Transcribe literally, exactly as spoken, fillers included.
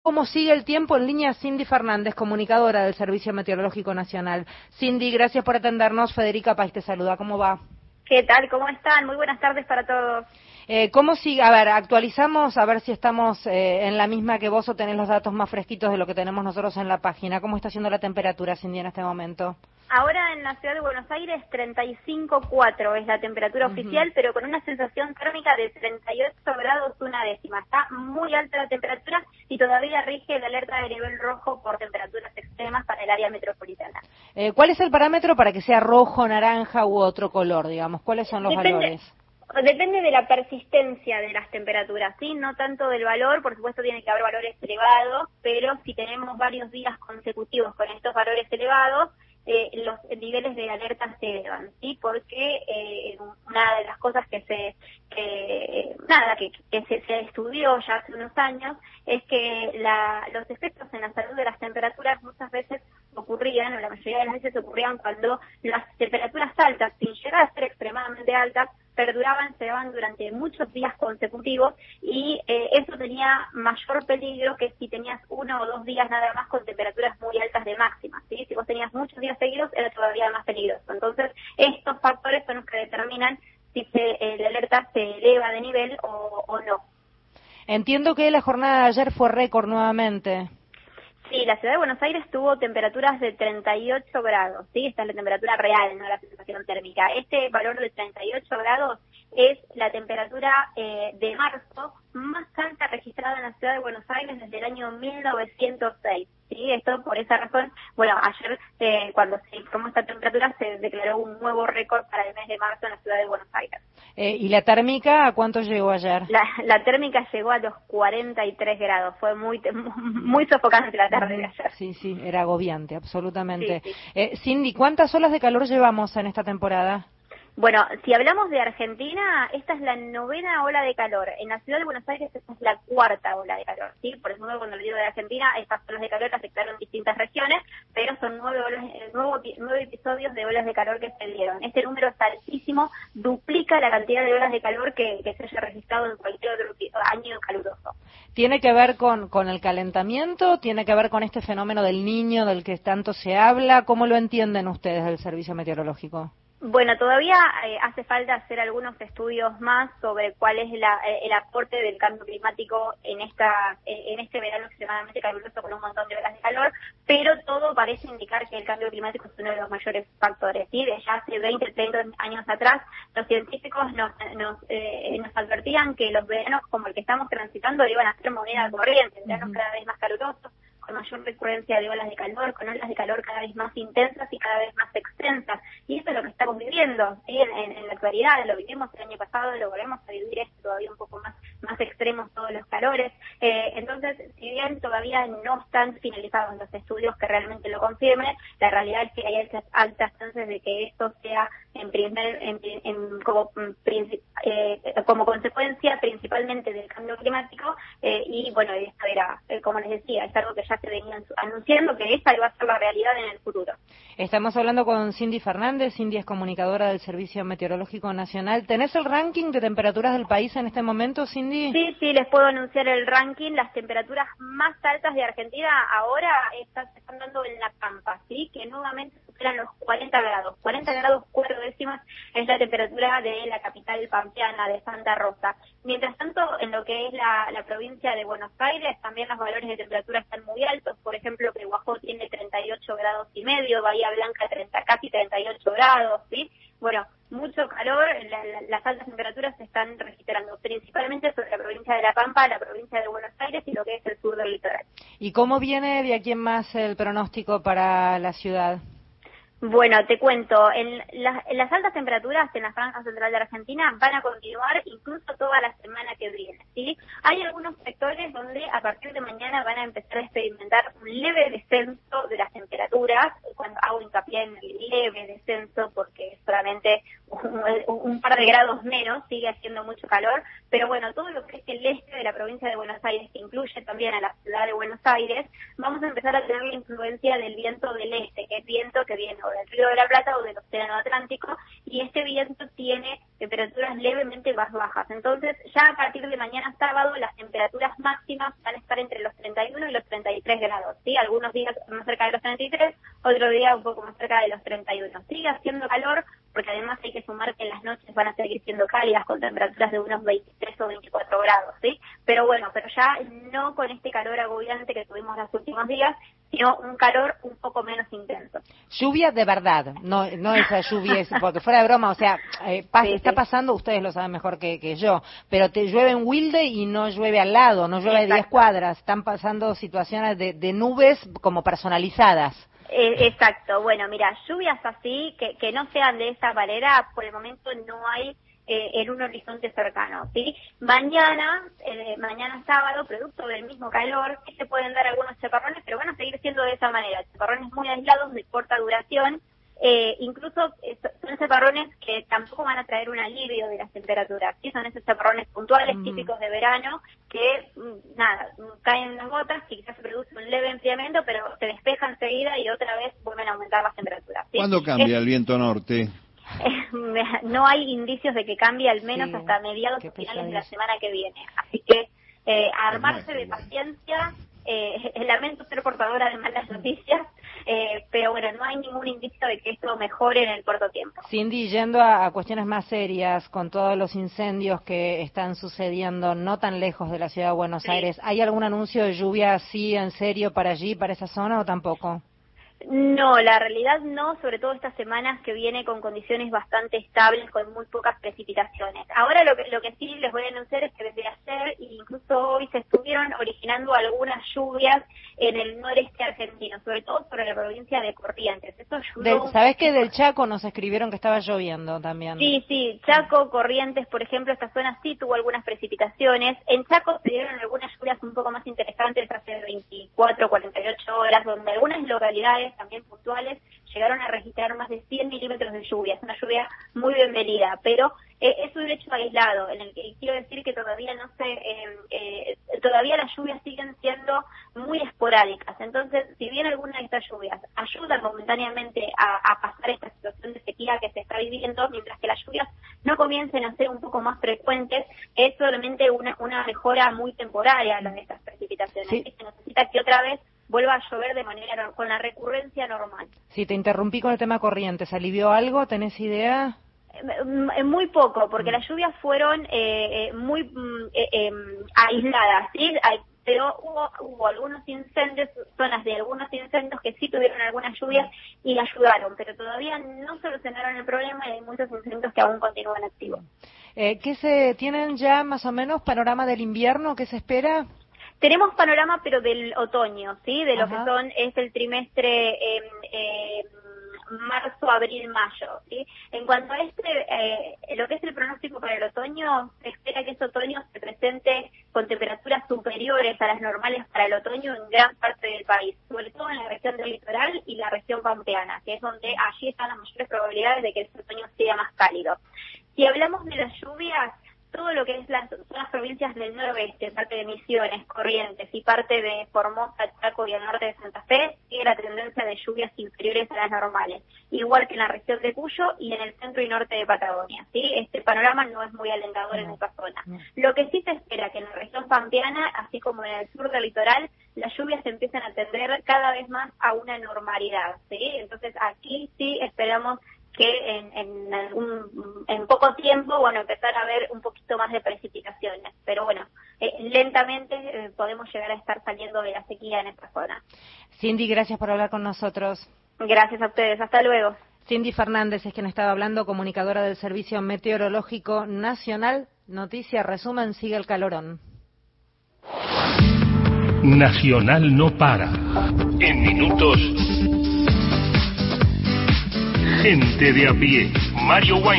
cómo sigue el tiempo. En línea Cindy Fernández, comunicadora del Servicio Meteorológico Nacional. Cindy, gracias por atendernos. Federica País te saluda. ¿Cómo va? ¿Qué tal? ¿Cómo están? Muy buenas tardes para todos. Eh, ¿Cómo sigue? A ver, actualizamos, a ver si estamos eh, en la misma que vos o tenés los datos más fresquitos de lo que tenemos nosotros en la página. ¿Cómo está siendo la temperatura, Cindy, en este momento? Ahora en la ciudad de Buenos Aires treinta y cinco coma cuatro es la temperatura uh-huh. oficial, pero con una sensación térmica de treinta y ocho grados una décima. Está muy alta la temperatura y todavía rige la alerta de nivel rojo por temperaturas extremas para el área metropolitana. Eh, ¿Cuál es el parámetro para que sea rojo, naranja u otro color, digamos? ¿Cuáles son los Depende. valores? Depende de la persistencia de las temperaturas, ¿sí? No tanto del valor, por supuesto tiene que haber valores elevados, pero si tenemos varios días consecutivos con estos valores elevados, eh, los niveles de alerta se elevan, ¿sí? Porque eh, una de las cosas que se que, nada que, que se, se estudió ya hace unos años es que la, los efectos en la salud de las temperaturas muchas veces ocurrían, o la mayoría de las veces ocurrían cuando las temperaturas altas, sin llegar a ser extremadamente altas, perduraban, se daban durante muchos días consecutivos y eh, eso tenía mayor peligro que si tenías uno o dos días nada más con temperaturas muy altas de máxima, ¿sí? Si vos tenías muchos días seguidos era todavía más peligroso. Entonces, estos factores son los que determinan si se, eh, la alerta se eleva de nivel o, o no. Entiendo que la jornada de ayer fue récord nuevamente. Sí, la ciudad de Buenos Aires tuvo temperaturas de treinta y ocho grados, ¿sí? Esta es la temperatura real, no la sensación térmica. Este valor de treinta y ocho grados es la temperatura eh, de marzo más alta registrada en la ciudad de Buenos Aires desde el año mil novecientos seis, ¿sí? Esto por esa razón, bueno, ayer eh, cuando se informó esta temperatura se declaró un nuevo récord para el mes de marzo en la ciudad de Buenos Aires. Eh, ¿Y la térmica a cuánto llegó ayer? La, la térmica llegó a los cuarenta y tres grados, fue muy muy sofocante la tarde de ayer. Sí, sí, era agobiante, absolutamente. Sí, sí. Eh, Cindy, ¿cuántas olas de calor llevamos en esta temporada? Bueno, si hablamos de Argentina, esta es la novena ola de calor. En la ciudad de Buenos Aires esta es la cuarta ola de calor, ¿sí? Por eso cuando le digo de Argentina, estas olas de calor afectaron distintas regiones, pero son nueve, olas, nueve, nueve episodios de olas de calor que se dieron. Este número es altísimo, duplica la cantidad de olas de calor que, que se haya registrado en cualquier otro año caluroso. ¿Tiene que ver con, con el calentamiento? ¿Tiene que ver con este fenómeno del Niño del que tanto se habla? ¿Cómo lo entienden ustedes del Servicio Meteorológico? Bueno, todavía eh, hace falta hacer algunos estudios más sobre cuál es la, eh, el aporte del cambio climático en esta eh, en este verano extremadamente caluroso con un montón de olas de calor, pero todo parece indicar que el cambio climático es uno de los mayores factores, ¿sí? De ya hace veinte, treinta años atrás, los científicos nos nos, eh, nos advertían que los veranos como el que estamos transitando iban a ser moneda corriente, veranos cada vez más calurosos, con mayor recurrencia de olas de calor, con olas de calor cada vez más intensas y cada vez más extensas. Y eso es lo que estamos viviendo, ¿sí? en, en, en la actualidad, lo vivimos el año pasado, lo volvemos a vivir esto todavía un poco más, más extremos todos los calores. Eh, entonces, si bien todavía no están finalizados los estudios que realmente lo confirmen, la realidad es que hay altas, altas chances de que esto sea en primer, en, en, como, eh, como consecuencia principalmente del cambio climático eh, y bueno, esto era, eh, como les decía, es algo que ya se venían anunciando que esta iba a ser la realidad en el futuro. Estamos hablando con Cindy Fernández. Cindy es comunicadora del Servicio Meteorológico Nacional. ¿Tenés el ranking de temperaturas del país en este momento, Cindy? Sí, sí, les puedo anunciar el ranking. Las temperaturas más altas de Argentina ahora están, se están dando en La Pampa, ¿sí? Que nuevamente superan los cuarenta grados. cuarenta grados cuatro décimas es la temperatura de la capital pampeana, de Santa Rosa. Mientras tanto, en lo que es la, la provincia de Buenos Aires, también los valores de temperatura están muy altos. Por ejemplo, Pehuajó tiene treinta y ocho grados y medio, Bahía Blanca treinta, casi treinta y ocho grados, ¿sí? Bueno, mucho calor, la, la, las altas temperaturas se están registrando principalmente sobre la provincia de La Pampa, la provincia de Buenos Aires y lo que es el sur del litoral. ¿Y cómo viene de aquí en más el pronóstico para la ciudad? Bueno, te cuento, en, la, en las altas temperaturas en la franja central de Argentina van a continuar incluso toda la semana que viene, ¿sí? Hay algunos sectores donde a partir de mañana van a empezar a experimentar un leve descenso de las temperaturas, cuando hago hincapié en el leve descenso porque es solamente un, un par de grados menos, sigue haciendo mucho calor, pero bueno, todo lo que es el este de la provincia de Buenos Aires, que incluye también a la ciudad ciudad de Buenos Aires, vamos a empezar a tener la influencia del viento del este, que es viento que viene o del Río de la Plata o del Océano Atlántico, y este viento tiene temperaturas levemente más bajas. Entonces, ya a partir de mañana sábado, las temperaturas máximas van a estar entre los treinta y uno y los treinta y tres grados, ¿sí? Algunos días más cerca de los treinta y tres, otro día un poco más cerca de los treinta y uno. Sigue haciendo calor, porque además hay que sumar que en las noches van a seguir siendo cálidas con temperaturas de unos veintitrés o veinticuatro grados, ¿sí? Pero bueno, pero ya no con este calor agobiante que tuvimos los últimos días, sino un calor un poco menos intenso. Lluvia de verdad, no no esa lluvia, porque fuera de broma, o sea, eh, pas, sí, está sí. pasando, ustedes lo saben mejor que, que yo, pero te llueve en Wilde y no llueve al lado, no llueve a diez cuadras, están pasando situaciones de, de nubes como personalizadas. Eh, exacto, bueno, mira, lluvias así, que, que no sean de esa manera, por el momento no hay eh, en un horizonte cercano, ¿sí? Mañana, eh, mañana sábado, producto del mismo calor, sí se pueden dar algunos chaparrones, pero van a seguir siendo de esa manera, chaparrones muy aislados, de corta duración, eh, incluso eh, son chaparrones que tampoco van a traer un alivio de las temperaturas, ¿sí? Son esos chaparrones puntuales, mm. típicos de verano, que, nada, caen las gotas, y quizás se produce un leve enfriamiento, pero se despeja enseguida y otra vez vuelven a aumentar las temperaturas, ¿sí? ¿Cuándo cambia es, el viento norte? No hay indicios de que cambie, al menos sí, hasta mediados o finales pesadilla. de la semana que viene. Así que eh, armarse de paciencia. Eh, lamento ser portadora de malas noticias, eh, pero bueno, no hay ningún indicio de que esto mejore en el corto tiempo. Cindy, yendo a, a cuestiones más serias, con todos los incendios que están sucediendo no tan lejos de la ciudad de Buenos sí. Aires, ¿hay algún anuncio de lluvia así en serio para allí, para esa zona, o tampoco? No, la realidad no, sobre todo estas semanas que viene con condiciones bastante estables, con muy pocas precipitaciones. Ahora lo que, lo que sí les voy a anunciar es que desde ayer e incluso hoy se estuvieron originando algunas lluvias en el noreste argentino, sobre todo sobre la provincia de Corrientes. Eso ayudó. Del, ¿Sabés que del Chaco nos escribieron que estaba lloviendo también? Sí, sí, Chaco, Corrientes, por ejemplo, esta zona sí tuvo algunas precipitaciones. En Chaco se dieron algunas lluvias un poco más interesantes hace veinticuatro, cuarenta y ocho horas, donde algunas localidades también puntuales llegaron a registrar más de cien milímetros de lluvia. Es una lluvia muy bienvenida, pero eh, es un hecho aislado, en el que quiero decir que todavía no se, eh, eh, todavía las lluvias siguen siendo muy esporádicas. Entonces, si bien algunas de estas lluvias ayudan momentáneamente a, a pasar esta situación de sequía que se está viviendo, mientras que las lluvias no comiencen a ser un poco más frecuentes, es solamente una, una mejora muy temporaria de estas precipitaciones. Sí. Se necesita que otra vez vuelva a llover de manera con la recurrencia normal. Sí, te interrumpí con el tema Corrientes. ¿Alivió algo? ¿Tenés idea? Eh, muy poco, porque las lluvias fueron eh, eh, muy eh, eh, aisladas, ¿sí? Hay, pero hubo, hubo algunos incendios, zonas de algunos incendios que sí tuvieron algunas lluvias y ayudaron, pero todavía no solucionaron el problema y hay muchos incendios que aún continúan activos. Eh, ¿Qué se tienen ya más o menos panorama del invierno? ¿Qué se espera? Tenemos panorama, pero del otoño, ¿sí? De lo Ajá. que son, es el trimestre eh, eh, marzo, abril, mayo, ¿sí? En cuanto a este, eh, lo que es el pronóstico para el otoño, se espera que ese otoño se presente con temperaturas superiores a las normales para el otoño en gran parte del país, sobre todo en la región del litoral y la región pampeana, que es donde allí están las mayores probabilidades de que ese otoño sea más cálido. Si hablamos de las lluvias, todo lo que es las, son las provincias del noroeste, parte de Misiones, Corrientes y parte de Formosa, Chaco y el norte de Santa Fe, sigue la tendencia de lluvias inferiores a las normales, igual que en la región de Cuyo y en el centro y norte de Patagonia, ¿sí? Este panorama no es muy alentador no. en esa zona. No. Lo que sí se espera que en la región pampeana, así como en el sur del litoral, las lluvias empiezan a tender cada vez más a una normalidad, ¿sí? Entonces aquí sí esperamos que en, en, algún, en poco tiempo, bueno, empezar a ver un poquito más de precipitaciones. Pero bueno, eh, lentamente eh, podemos llegar a estar saliendo de la sequía en esta zona. Cindy, gracias por hablar con nosotros. Gracias a ustedes. Hasta luego. Cindy Fernández es quien estaba hablando, comunicadora del Servicio Meteorológico Nacional. Noticia, resumen, sigue el calorón. Nacional no para. En minutos... Gente de a pie. Mario Wayne.